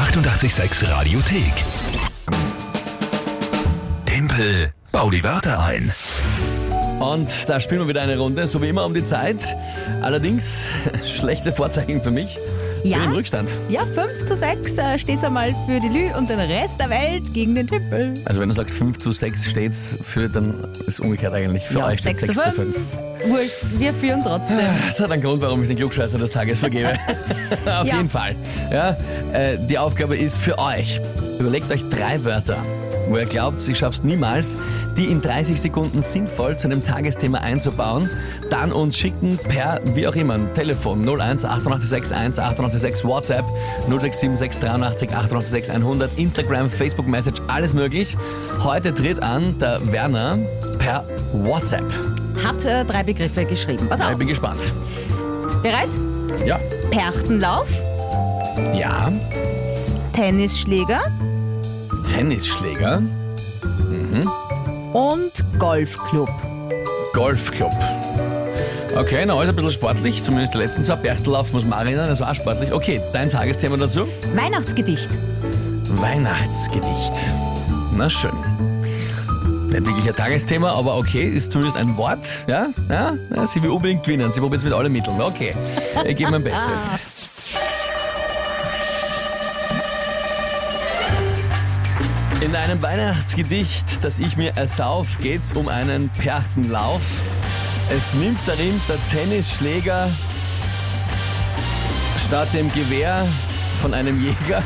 886 Radiothek. Tempel, bau die Wörter ein. Und da spielen wir wieder eine Runde, so wie immer um die Zeit. Allerdings schlechte Vorzeichen für mich. Ja. Bin im Rückstand. Ja, 5:6 steht es einmal für die Lü und den Rest der Welt gegen den Tippel. Also wenn du sagst 5:6 steht's für, dann ist umgekehrt eigentlich. Für euch steht 6:5. Wurscht, wir führen trotzdem. Das hat einen Grund, warum ich den Klugscheißer des Tages vergebe. Auf jeden Fall. Ja, die Aufgabe ist für euch. Überlegt euch 3 Wörter, wo ihr glaubt, ihr schafft es niemals, die in 30 Sekunden sinnvoll zu einem Tagesthema einzubauen. Dann uns schicken per, wie auch immer, Telefon 01 886 1 886, WhatsApp 067 683 886 100, Instagram, Facebook Message, alles möglich. Heute tritt an der Werner per WhatsApp. Hat 3 Begriffe geschrieben. Pass auf. Ich bin gespannt. Bereit? Ja. Perchtenlauf, Ja. Tennisschläger Tennisschläger. und Golfclub. Golfclub. Okay, na, alles ein bisschen sportlich, zumindest der letzten 2. Berchtenlauf muss man auch erinnern, also auch sportlich. Okay, dein Tagesthema dazu? Weihnachtsgedicht. Weihnachtsgedicht. Na schön. Nicht wirklich ein Tagesthema, aber okay, ist zumindest ein Wort. Ja, sie will unbedingt gewinnen, sie probiert es mit allen Mitteln. Okay, ich gebe mein Bestes. In einem Weihnachtsgedicht, das ich mir ersauf, geht's um einen Perchtenlauf. Es nimmt darin der Tennisschläger statt dem Gewehr von einem Jäger.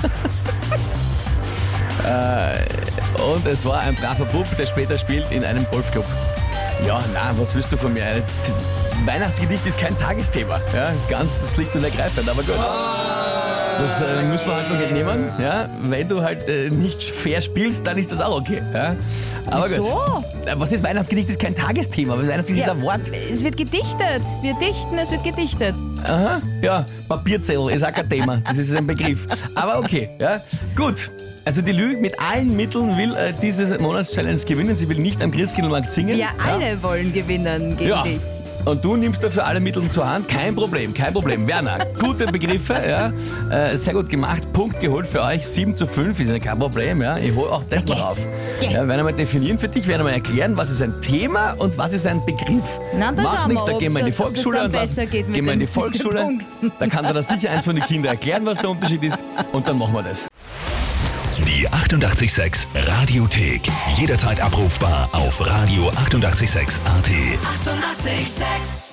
Und es war ein braver Bub, der später spielt in einem Golfclub. Ja, na, was willst du von mir? Weihnachtsgedicht ist kein Tagesthema. Ja, ganz schlicht und ergreifend, aber gut. Das müssen wir halt so nicht nehmen. Ja? Wenn du halt nicht fair spielst, dann ist das auch okay. Ja? Aber Wieso? gut. Was ist Weihnachtsgedicht? Ist kein Tagesthema. Weihnachtsgedicht ist ein Wort. Es wird gedichtet. Wir dichten, es wird gedichtet. Aha. Ja, Papierzettel ist auch kein Thema. Das ist ein Begriff. Aber okay. Ja? Gut. Also die Lü mit allen Mitteln will diese Monatschallenge gewinnen. Sie will nicht am Christkindlmarkt singen. Ja, alle wollen gewinnen gegen dich. Und du nimmst dafür alle Mittel zur Hand. Kein Problem, kein Problem. Werner, gute Begriffe, ja. Sehr gut gemacht. Punkt geholt für euch. 7:5 ist ja kein Problem, ja. Ich hole auch das noch auf. Okay. Ja, werden wir mal definieren für dich, werden wir mal erklären, was ist ein Thema und was ist ein Begriff. Na, da Macht schauen nichts, wir, da gehen wir in die ob das Volksschule dann und was. besser geht mit Gehen wir in die den Volksschule. Punkten. Da kann dir da sicher eins von den Kindern erklären, was der Unterschied ist. Und dann machen wir das. Die 886 Radiothek. Jederzeit abrufbar auf radio886.at. 886